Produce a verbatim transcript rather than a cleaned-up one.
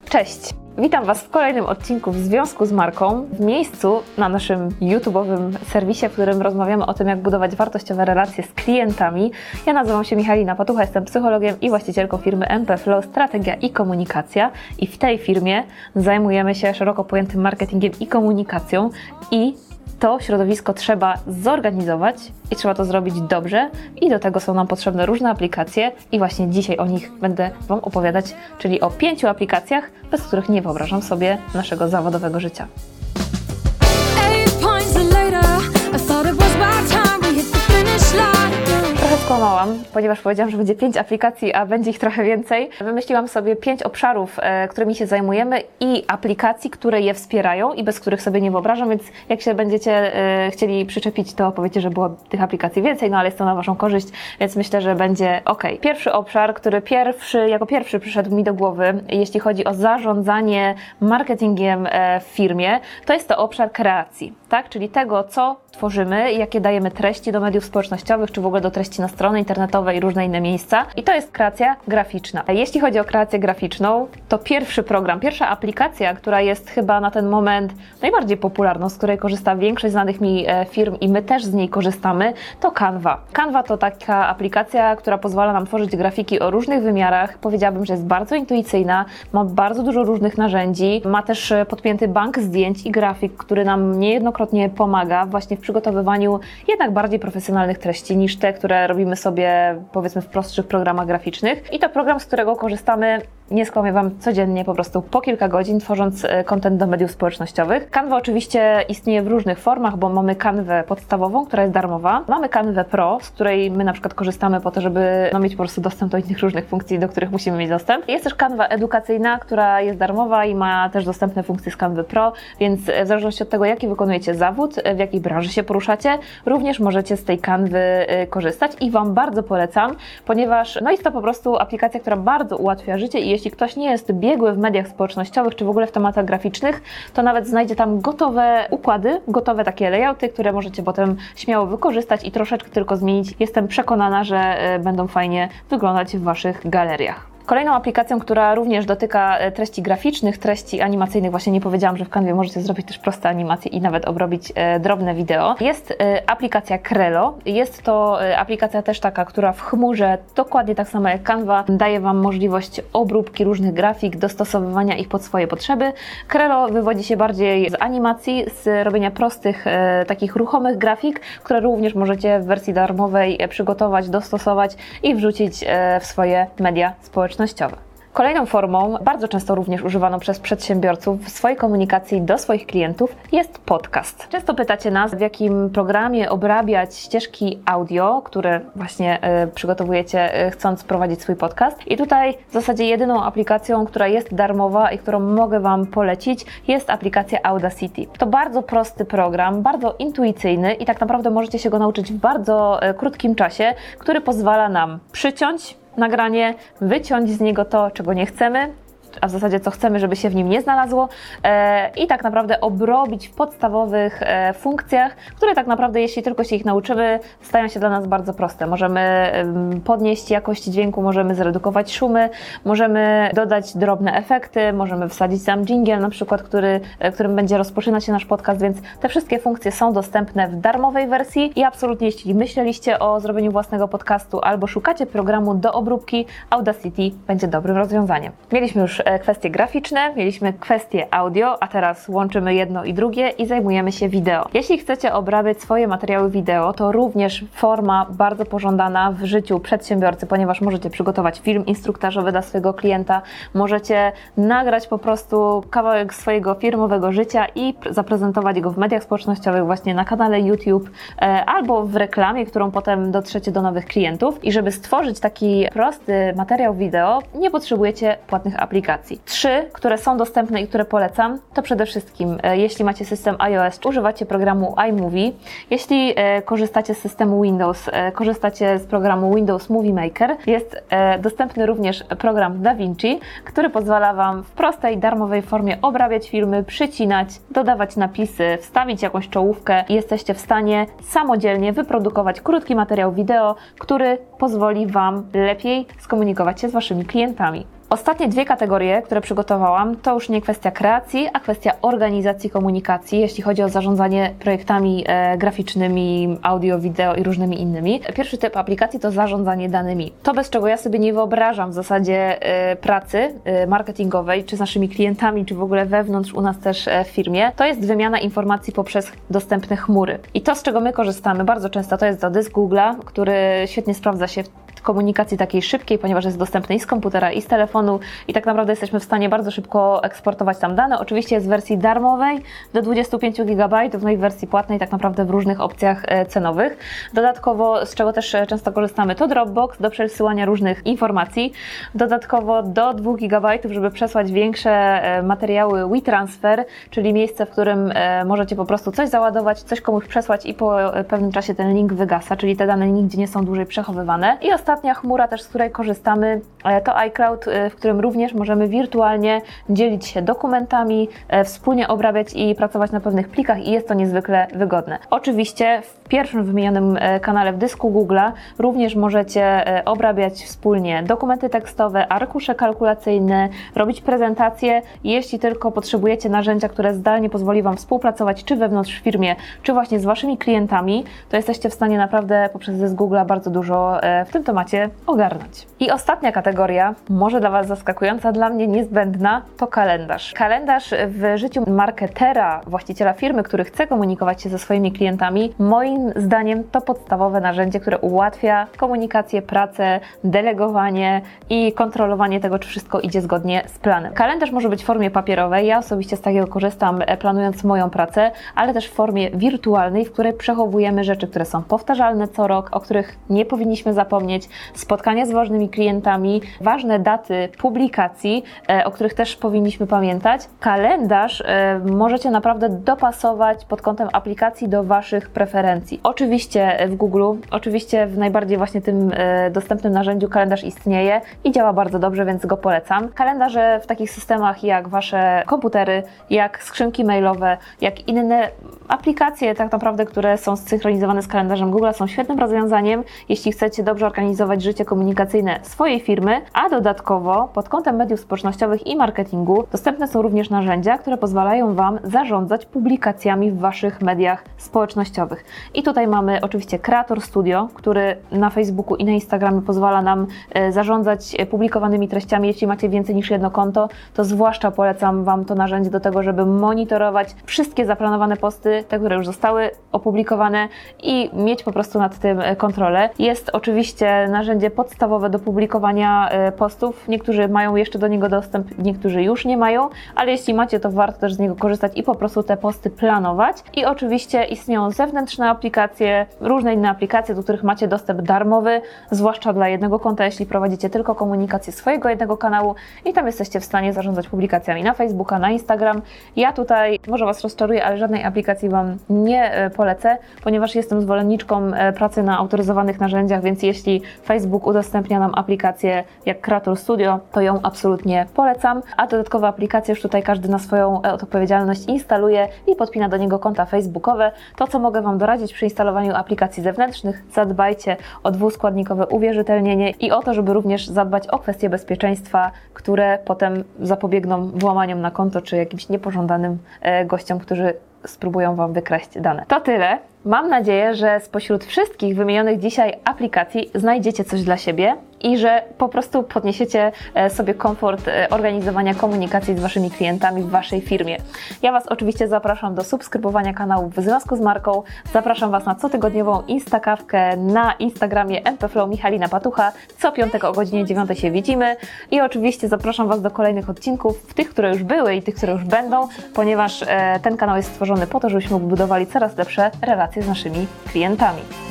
Cześć! Witam Was w kolejnym odcinku w związku z marką, w miejscu na naszym YouTube'owym serwisie, w którym rozmawiamy o tym, jak budować wartościowe relacje z klientami. Ja nazywam się Michalina Patucha, jestem psychologiem i właścicielką firmy M P Flow Strategia i Komunikacja i w tej firmie zajmujemy się szeroko pojętym marketingiem i komunikacją i to środowisko trzeba zorganizować i trzeba to zrobić dobrze i do tego są nam potrzebne różne aplikacje i właśnie dzisiaj o nich będę Wam opowiadać, czyli o pięciu aplikacjach, bez których nie wyobrażam sobie naszego zawodowego życia. Trochę skłamałam, ponieważ powiedziałam, że będzie pięć aplikacji, a będzie ich trochę więcej. Wymyśliłam sobie pięć obszarów, e, którymi się zajmujemy i aplikacji, które je wspierają i bez których sobie nie wyobrażam, więc jak się będziecie e, chcieli przyczepić, to powiecie, że było tych aplikacji więcej, no ale jest to na Waszą korzyść, więc myślę, że będzie ok. Pierwszy obszar, który pierwszy, jako pierwszy przyszedł mi do głowy, jeśli chodzi o zarządzanie marketingiem e, w firmie, to jest to obszar kreacji, tak? Czyli tego, co tworzymy, jakie dajemy treści do mediów społecznościowych, czy w ogóle do treści na strony internetowe i różne inne miejsca. I to jest kreacja graficzna. Jeśli chodzi o kreację graficzną, to pierwszy program, pierwsza aplikacja, która jest chyba na ten moment najbardziej popularną, z której korzysta większość znanych mi firm i my też z niej korzystamy, to Canva. Canva to taka aplikacja, która pozwala nam tworzyć grafiki o różnych wymiarach. Powiedziałabym, że jest bardzo intuicyjna, ma bardzo dużo różnych narzędzi, ma też podpięty bank zdjęć i grafik, który nam niejednokrotnie pomaga właśnie w przygotowywaniu jednak bardziej profesjonalnych treści niż te, które robimy sobie powiedzmy w prostszych programach graficznych. I to program, z którego korzystamy, nie skłamię Wam, codziennie po prostu po kilka godzin, tworząc content do mediów społecznościowych. Canva oczywiście istnieje w różnych formach, bo mamy Canwę podstawową, która jest darmowa. Mamy Canwę Pro, z której my na przykład korzystamy po to, żeby no, mieć po prostu dostęp do innych różnych funkcji, do których musimy mieć dostęp. Jest też Canwa edukacyjna, która jest darmowa i ma też dostępne funkcje z Canvy Pro, więc w zależności od tego, jaki wykonujecie zawód, w jakiej branży się poruszacie, również możecie z tej Canvy korzystać i Wam bardzo polecam, ponieważ no jest to po prostu aplikacja, która bardzo ułatwia życie i jeśli ktoś nie jest biegły w mediach społecznościowych, czy w ogóle w tematach graficznych, to nawet znajdzie tam gotowe układy, gotowe takie layouty, które możecie potem śmiało wykorzystać i troszeczkę tylko zmienić. Jestem przekonana, że będą fajnie wyglądać w Waszych galeriach. Kolejną aplikacją, która również dotyka treści graficznych, treści animacyjnych, właśnie nie powiedziałam, że w Canwie możecie zrobić też proste animacje i nawet obrobić e, drobne wideo, jest e, aplikacja Crello. Jest to e, aplikacja też taka, która w chmurze, dokładnie tak samo jak Canva, daje Wam możliwość obróbki różnych grafik, dostosowywania ich pod swoje potrzeby. Crello wywodzi się bardziej z animacji, z robienia prostych, e, takich ruchomych grafik, które również możecie w wersji darmowej e, przygotować, dostosować i wrzucić e, w swoje media społecznościowe. Kolejną formą, bardzo często również używaną przez przedsiębiorców w swojej komunikacji do swoich klientów, jest podcast. Często pytacie nas, w jakim programie obrabiać ścieżki audio, które właśnie y, przygotowujecie, y, chcąc prowadzić swój podcast. I tutaj w zasadzie jedyną aplikacją, która jest darmowa i którą mogę Wam polecić, jest aplikacja Audacity. To bardzo prosty program, bardzo intuicyjny i tak naprawdę możecie się go nauczyć w bardzo y, krótkim czasie, który pozwala nam przyciąć nagranie, wyciąć z niego to, czego nie chcemy, a w zasadzie co chcemy, żeby się w nim nie znalazło e, i tak naprawdę obrobić w podstawowych e, funkcjach, które tak naprawdę, jeśli tylko się ich nauczymy, stają się dla nas bardzo proste. Możemy e, podnieść jakość dźwięku, możemy zredukować szumy, możemy dodać drobne efekty, możemy wsadzić tam dżingiel na przykład, który, e, którym będzie rozpoczynać się nasz podcast, więc te wszystkie funkcje są dostępne w darmowej wersji i absolutnie, jeśli myśleliście o zrobieniu własnego podcastu albo szukacie programu do obróbki, Audacity będzie dobrym rozwiązaniem. Mieliśmy już kwestie graficzne, mieliśmy kwestie audio, a teraz łączymy jedno i drugie i zajmujemy się wideo. Jeśli chcecie obrabiać swoje materiały wideo, to również forma bardzo pożądana w życiu przedsiębiorcy, ponieważ możecie przygotować film instruktażowy dla swojego klienta, możecie nagrać po prostu kawałek swojego firmowego życia i zaprezentować go w mediach społecznościowych, właśnie na kanale YouTube e, albo w reklamie, którą potem dotrzecie do nowych klientów. I żeby stworzyć taki prosty materiał wideo, nie potrzebujecie płatnych aplikacji. Trzy, które są dostępne i które polecam, to przede wszystkim, e, jeśli macie system iOS, używacie programu iMovie. Jeśli e, korzystacie z systemu Windows, e, korzystacie z programu Windows Movie Maker. Jest e, dostępny również program DaVinci, który pozwala Wam w prostej, darmowej formie obrabiać filmy, przycinać, dodawać napisy, wstawić jakąś czołówkę i jesteście w stanie samodzielnie wyprodukować krótki materiał wideo, który pozwoli Wam lepiej skomunikować się z Waszymi klientami. Ostatnie dwie kategorie, które przygotowałam, to już nie kwestia kreacji, a kwestia organizacji komunikacji, jeśli chodzi o zarządzanie projektami e, graficznymi, audio, wideo i różnymi innymi. Pierwszy typ aplikacji to zarządzanie danymi. To, bez czego ja sobie nie wyobrażam w zasadzie e, pracy e, marketingowej, czy z naszymi klientami, czy w ogóle wewnątrz u nas też e, w firmie, to jest wymiana informacji poprzez dostępne chmury. I to, z czego my korzystamy bardzo często, to jest dysk Google'a, który świetnie sprawdza się w komunikacji takiej szybkiej, ponieważ jest dostępny i z komputera, i z telefonu i tak naprawdę jesteśmy w stanie bardzo szybko eksportować tam dane. Oczywiście jest w wersji darmowej do dwudziestu pięciu gigabajtów, no i w wersji płatnej tak naprawdę w różnych opcjach cenowych. Dodatkowo, z czego też często korzystamy, to Dropbox do przesyłania różnych informacji. Dodatkowo do dwóch gigabajtów, żeby przesłać większe materiały WeTransfer, czyli miejsce, w którym możecie po prostu coś załadować, coś komuś przesłać i po pewnym czasie ten link wygasa, czyli te dane nigdzie nie są dłużej przechowywane. I ostatnia chmura też, z której korzystamy, to iCloud, w którym również możemy wirtualnie dzielić się dokumentami, wspólnie obrabiać i pracować na pewnych plikach i jest to niezwykle wygodne. Oczywiście w pierwszym wymienionym kanale w dysku Google'a również możecie obrabiać wspólnie dokumenty tekstowe, arkusze kalkulacyjne, robić prezentacje, jeśli tylko potrzebujecie narzędzia, które zdalnie pozwoli Wam współpracować czy wewnątrz w firmie, czy właśnie z Waszymi klientami, to jesteście w stanie naprawdę poprzez dysk Google'a bardzo dużo w tym temacie ogarnąć. I ostatnia kategoria, może dla Was zaskakująca, dla mnie niezbędna, to kalendarz. Kalendarz w życiu marketera, właściciela firmy, który chce komunikować się ze swoimi klientami, moim zdaniem to podstawowe narzędzie, które ułatwia komunikację, pracę, delegowanie i kontrolowanie tego, czy wszystko idzie zgodnie z planem. Kalendarz może być w formie papierowej, ja osobiście z takiego korzystam, planując moją pracę, ale też w formie wirtualnej, w której przechowujemy rzeczy, które są powtarzalne co rok, o których nie powinniśmy zapomnieć, spotkania z ważnymi klientami, ważne daty publikacji, o których też powinniśmy pamiętać. Kalendarz możecie naprawdę dopasować pod kątem aplikacji do Waszych preferencji. Oczywiście w Google, oczywiście w najbardziej właśnie tym dostępnym narzędziu kalendarz istnieje i działa bardzo dobrze, więc go polecam. Kalendarze w takich systemach jak Wasze komputery, jak skrzynki mailowe, jak inne aplikacje tak naprawdę, które są zsynchronizowane z kalendarzem Google, są świetnym rozwiązaniem, jeśli chcecie dobrze organizować życie komunikacyjne swojej firmy, a dodatkowo pod kątem mediów społecznościowych i marketingu dostępne są również narzędzia, które pozwalają Wam zarządzać publikacjami w Waszych mediach społecznościowych. I tutaj mamy oczywiście Creator Studio, który na Facebooku i na Instagramie pozwala nam zarządzać publikowanymi treściami. Jeśli macie więcej niż jedno konto, to zwłaszcza polecam Wam to narzędzie do tego, żeby monitorować wszystkie zaplanowane posty, te, które już zostały opublikowane i mieć po prostu nad tym kontrolę. Jest oczywiście narzędzie podstawowe do publikowania postów. Niektórzy mają jeszcze do niego dostęp, niektórzy już nie mają, ale jeśli macie, to warto też z niego korzystać i po prostu te posty planować. I oczywiście istnieją zewnętrzne aplikacje, różne inne aplikacje, do których macie dostęp darmowy, zwłaszcza dla jednego konta, jeśli prowadzicie tylko komunikację swojego jednego kanału i tam jesteście w stanie zarządzać publikacjami na Facebooka, na Instagram. Ja tutaj, może Was rozczaruję, ale żadnej aplikacji Wam nie polecę, ponieważ jestem zwolenniczką pracy na autoryzowanych narzędziach, więc jeśli Facebook udostępnia nam aplikację jak Creator Studio, to ją absolutnie polecam, a dodatkowe aplikacje już tutaj każdy na swoją odpowiedzialność instaluje i podpina do niego konta facebookowe. To, co mogę Wam doradzić przy instalowaniu aplikacji zewnętrznych, zadbajcie o dwuskładnikowe uwierzytelnienie i o to, żeby również zadbać o kwestie bezpieczeństwa, które potem zapobiegną włamaniom na konto czy jakimś niepożądanym gościom, którzy spróbują Wam wykraść dane. To tyle. Mam nadzieję, że spośród wszystkich wymienionych dzisiaj aplikacji znajdziecie coś dla siebie i że po prostu podniesiecie sobie komfort organizowania komunikacji z Waszymi klientami w Waszej firmie. Ja Was oczywiście zapraszam do subskrybowania kanału w związku z marką. Zapraszam Was na cotygodniową Instakawkę na Instagramie M P Flow Michalina Patucha. Co piątek o godzinie dziewiątej się widzimy i oczywiście zapraszam Was do kolejnych odcinków, tych, które już były i tych, które już będą, ponieważ ten kanał jest stworzony po to, żebyśmy budowali coraz lepsze relacje z naszymi klientami.